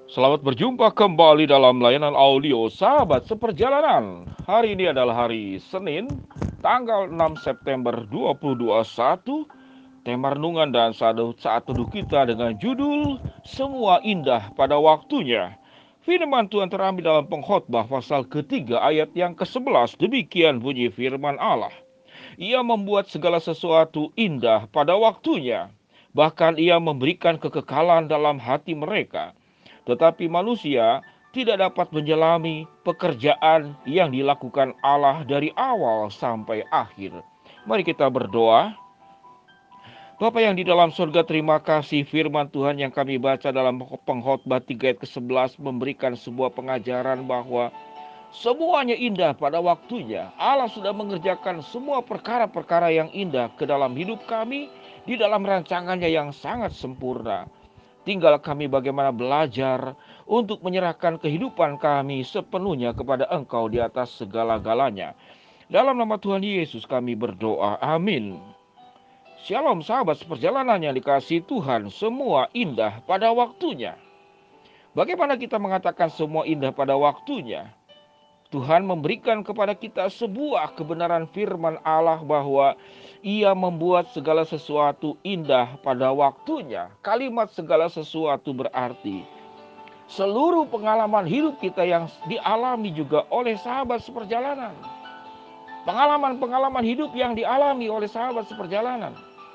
Selamat berjumpa kembali dalam layanan audio Sahabat Seperjalanan. Hari ini adalah hari Senin, tanggal 6 September 2021. Tema renungan dan saat teduh kita dengan judul Semua Indah pada Waktunya. Firman Tuhan terambil dalam Pengkhotbah pasal ketiga ayat yang ke-11. Demikian bunyi firman Allah. Ia membuat segala sesuatu indah pada waktunya. Bahkan ia memberikan kekekalan dalam hati mereka. Tetapi manusia tidak dapat menjalani pekerjaan yang dilakukan Allah dari awal sampai akhir. Mari kita berdoa. Bapa yang di dalam surga, terima kasih firman Tuhan yang kami baca dalam Pengkhotbah 3 ayat ke-11 memberikan sebuah pengajaran bahwa semuanya indah pada waktunya. Allah sudah mengerjakan semua perkara-perkara yang indah ke dalam hidup kami di dalam rancangannya yang sangat sempurna. Tinggal kami bagaimana belajar untuk menyerahkan kehidupan kami sepenuhnya kepada Engkau di atas segala-galanya. Dalam nama Tuhan Yesus kami berdoa. Amin. Shalom sahabat seperjalanan yang dikasihi Tuhan, semua indah pada waktunya. Bagaimana kita mengatakan semua indah pada waktunya? Tuhan memberikan kepada kita sebuah kebenaran firman Allah bahwa Ia membuat segala sesuatu indah pada waktunya. Kalimat segala sesuatu berarti seluruh pengalaman hidup kita yang dialami juga oleh sahabat seperjalanan. Pengalaman-pengalaman hidup yang dialami oleh sahabat seperjalanan.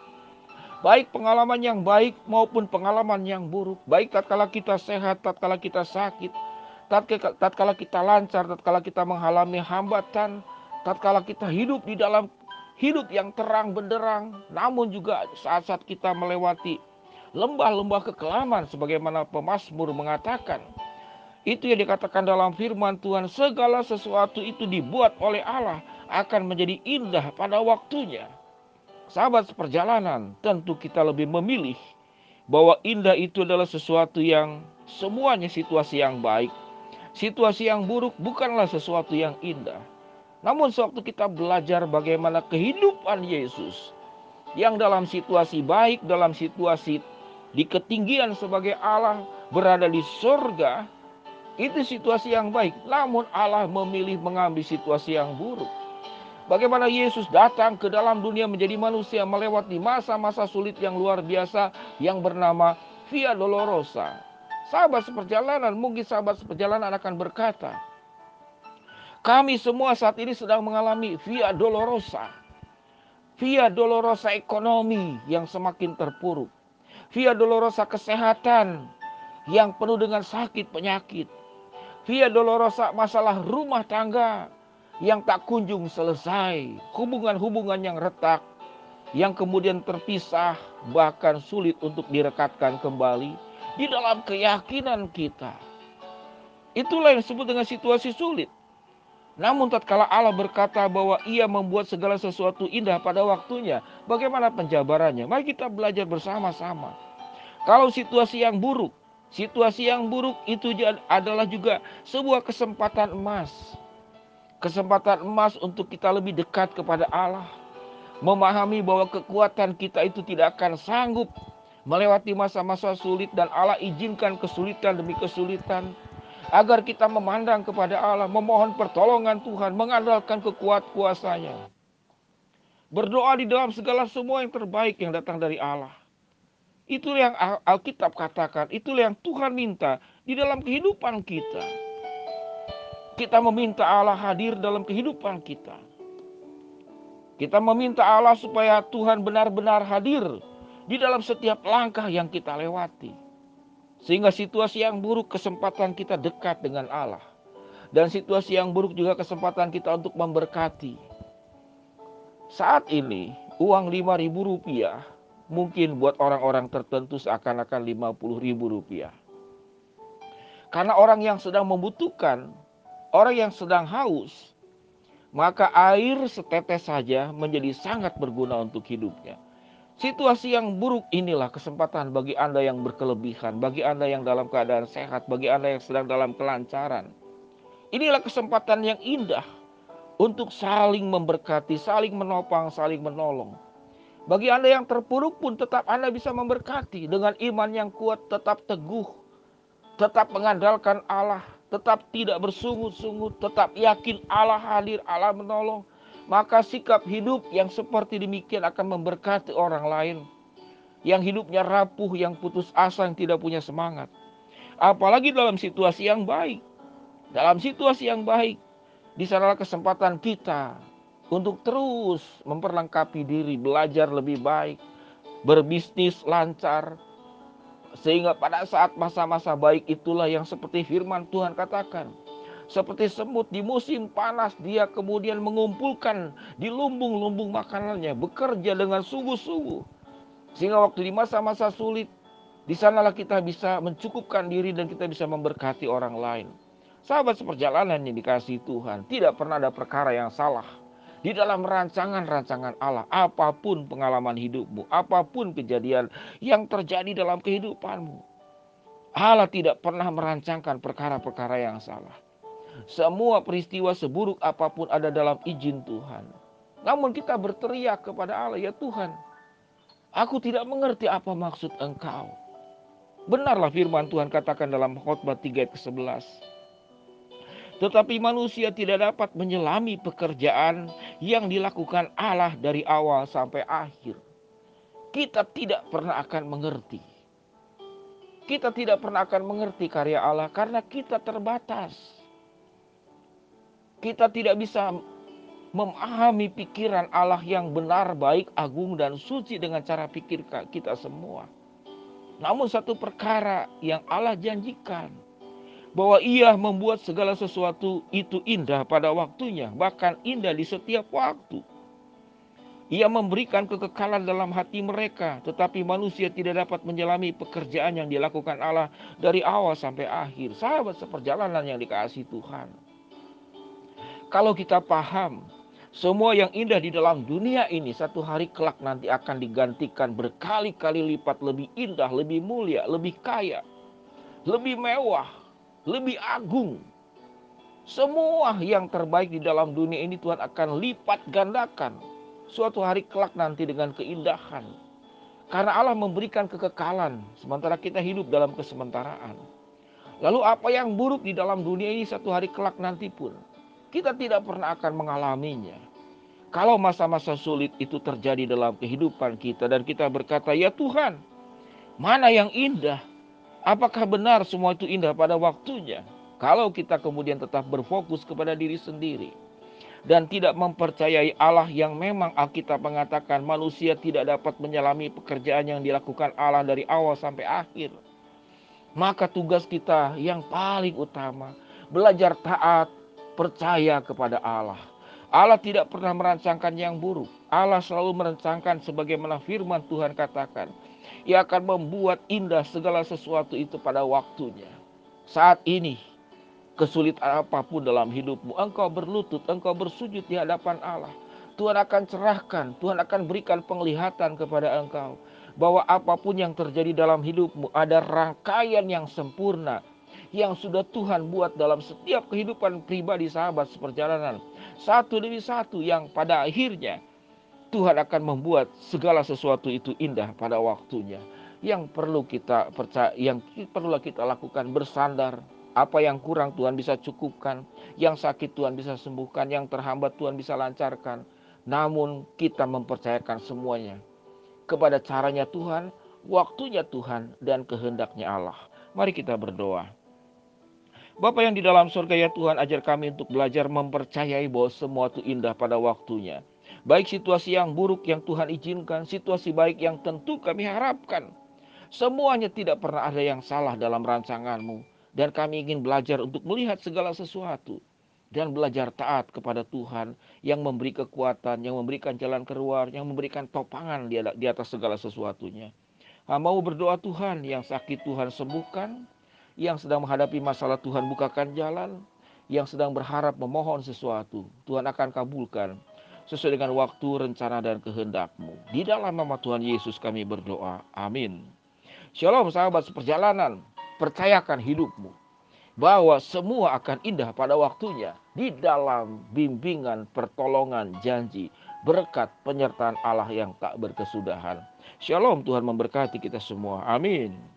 Baik pengalaman yang baik maupun pengalaman yang buruk. Baik tatkala kita sehat, tatkala kita sakit, tatkala kita lancar, tatkala kita mengalami hambatan, tatkala kita hidup di dalam hidup yang terang benderang, namun juga saat-saat kita melewati lembah-lembah kekelaman sebagaimana pemazmur mengatakan. Itu yang dikatakan dalam firman Tuhan, segala sesuatu itu dibuat oleh Allah akan menjadi indah pada waktunya. Sahabat seperjalanan, tentu kita lebih memilih bahwa indah itu adalah sesuatu yang semuanya situasi yang baik. Situasi yang buruk bukanlah sesuatu yang indah. Namun sewaktu kita belajar bagaimana kehidupan Yesus yang dalam situasi baik, dalam situasi di ketinggian sebagai Allah berada di surga, itu situasi yang baik. Namun Allah memilih mengambil situasi yang buruk. Bagaimana Yesus datang ke dalam dunia menjadi manusia melewati masa-masa sulit yang luar biasa yang bernama Via Dolorosa. Sahabat seperjalanan, mungkin sahabat seperjalanan akan berkata, kami semua saat ini sedang mengalami Via Dolorosa. Via Dolorosa ekonomi yang semakin terpuruk. Via Dolorosa kesehatan yang penuh dengan sakit penyakit. Via Dolorosa masalah rumah tangga yang tak kunjung selesai. Hubungan-hubungan yang retak, yang kemudian terpisah, bahkan sulit untuk direkatkan kembali di dalam keyakinan kita. Itulah yang disebut dengan situasi sulit. Namun tatkala Allah berkata bahwa Ia membuat segala sesuatu indah pada waktunya, bagaimana penjabarannya? Mari kita belajar bersama-sama. Kalau situasi yang buruk itu adalah juga sebuah kesempatan emas. Kesempatan emas untuk kita lebih dekat kepada Allah. Memahami bahwa kekuatan kita itu tidak akan sanggup melewati masa-masa sulit, dan Allah izinkan kesulitan demi kesulitan agar kita memandang kepada Allah, memohon pertolongan Tuhan, mengandalkan kekuatan kuasanya. Berdoa di dalam segala semua yang terbaik yang datang dari Allah. Itulah yang Alkitab katakan, itulah yang Tuhan minta di dalam kehidupan kita. Kita meminta Allah hadir dalam kehidupan kita. Kita meminta Allah supaya Tuhan benar-benar hadir di dalam setiap langkah yang kita lewati. Sehingga situasi yang buruk, kesempatan kita dekat dengan Allah. Dan situasi yang buruk juga kesempatan kita untuk memberkati. Saat ini uang Rp5.000 mungkin buat orang-orang tertentu seakan-akan Rp50.000. Karena orang yang sedang membutuhkan, orang yang sedang haus, maka air setetes saja menjadi sangat berguna untuk hidupnya. Situasi yang buruk inilah kesempatan bagi Anda yang berkelebihan, bagi Anda yang dalam keadaan sehat, bagi Anda yang sedang dalam kelancaran. Inilah kesempatan yang indah untuk saling memberkati, saling menopang, saling menolong. Bagi Anda yang terpuruk pun tetap Anda bisa memberkati dengan iman yang kuat, tetap teguh. tetap mengandalkan Allah, tetap tidak bersungut-sungut, tetap yakin Allah hadir, Allah menolong, maka sikap hidup yang seperti demikian akan memberkati orang lain yang hidupnya rapuh, yang putus asa, yang tidak punya semangat. Apalagi dalam situasi yang baik. Dalam situasi yang baik, di sanalah kesempatan kita untuk terus memperlengkapi diri, belajar lebih baik, berbisnis lancar, sehingga pada saat masa-masa baik itulah yang seperti firman Tuhan katakan, seperti semut di musim panas, dia kemudian mengumpulkan di lumbung-lumbung makanannya, bekerja dengan sungguh-sungguh, sehingga waktu di masa-masa sulit, di sanalah kita bisa mencukupkan diri dan kita bisa memberkati orang lain. Sahabat seperjalanan yang dikasihi Tuhan, tidak pernah ada perkara yang salah di dalam rancangan-rancangan Allah. Apapun pengalaman hidupmu, apapun kejadian yang terjadi dalam kehidupanmu, Allah tidak pernah merancangkan perkara-perkara yang salah. Semua peristiwa seburuk apapun ada dalam izin Tuhan. Namun kita berteriak kepada Allah, ya Tuhan, aku tidak mengerti apa maksud Engkau. Benarlah firman Tuhan katakan dalam Khotbah 3 ayat ke-11. Tetapi manusia tidak dapat menyelami pekerjaan yang dilakukan Allah dari awal sampai akhir. Kita tidak pernah akan mengerti. Kita tidak pernah akan mengerti karya Allah karena kita terbatas. Kita tidak bisa memahami pikiran Allah yang benar, baik, agung, dan suci dengan cara pikir kita semua. Namun satu perkara yang Allah janjikan, bahwa Ia membuat segala sesuatu itu indah pada waktunya, bahkan indah di setiap waktu. Ia memberikan kekekalan dalam hati mereka, tetapi manusia tidak dapat menyelami pekerjaan yang dilakukan Allah dari awal sampai akhir. Sahabat seperjalanan yang dikasihi Tuhan, kalau kita paham semua yang indah di dalam dunia ini satu hari kelak nanti akan digantikan berkali-kali lipat lebih indah, lebih mulia, lebih kaya, lebih mewah, lebih agung. Semua yang terbaik di dalam dunia ini Tuhan akan lipat gandakan suatu hari kelak nanti dengan keindahan. Karena Allah memberikan kekekalan, sementara kita hidup dalam kesementaraan. Lalu apa yang buruk di dalam dunia ini satu hari kelak nanti pun kita tidak pernah akan mengalaminya. Kalau masa-masa sulit itu terjadi dalam kehidupan kita dan kita berkata, ya Tuhan, mana yang indah? Apakah benar semua itu indah pada waktunya? Kalau kita kemudian tetap berfokus kepada diri sendiri dan tidak mempercayai Allah yang memang Alkitab mengatakan manusia tidak dapat menyelami pekerjaan yang dilakukan Allah dari awal sampai akhir, maka tugas kita yang paling utama belajar taat, percaya kepada Allah. Allah tidak pernah merancangkan yang buruk. Allah selalu merancangkan sebagaimana firman Tuhan katakan. Ia akan membuat indah segala sesuatu itu pada waktunya. Saat ini, kesulitan apapun dalam hidupmu, engkau berlutut, engkau bersujud di hadapan Allah. Tuhan akan cerahkan, Tuhan akan berikan penglihatan kepada engkau, bahwa apapun yang terjadi dalam hidupmu ada rangkaian yang sempurna yang sudah Tuhan buat dalam setiap kehidupan pribadi sahabat seperjalanan. Satu demi satu yang pada akhirnya Tuhan akan membuat segala sesuatu itu indah pada waktunya. Yang perlu kita percaya, yang perlu kita lakukan bersandar. Apa yang kurang Tuhan bisa cukupkan, yang sakit Tuhan bisa sembuhkan, yang terhambat Tuhan bisa lancarkan. Namun kita mempercayakan semuanya kepada caranya Tuhan, waktunya Tuhan, dan kehendaknya Allah. Mari kita berdoa. Bapa yang di dalam surga, ya Tuhan, ajar kami untuk belajar mempercayai bahwa semua itu indah pada waktunya. Baik situasi yang buruk yang Tuhan izinkan, situasi baik yang tentu kami harapkan. Semuanya tidak pernah ada yang salah dalam rancangan-Mu. Dan kami ingin belajar untuk melihat segala sesuatu. Dan belajar taat kepada Tuhan yang memberi kekuatan, yang memberikan jalan keluar, yang memberikan topangan di atas segala sesuatunya. Mau berdoa Tuhan, yang sakit Tuhan sembuhkan, yang sedang menghadapi masalah Tuhan bukakan jalan, yang sedang berharap memohon sesuatu, Tuhan akan kabulkan sesuai dengan waktu, rencana, dan kehendak-Mu. Di dalam nama Tuhan Yesus kami berdoa. Amin. Shalom sahabat seperjalanan, percayakan hidupmu bahwa semua akan indah pada waktunya di dalam bimbingan, pertolongan, janji, berkat penyertaan Allah yang tak berkesudahan. Shalom, Tuhan memberkati kita semua. Amin.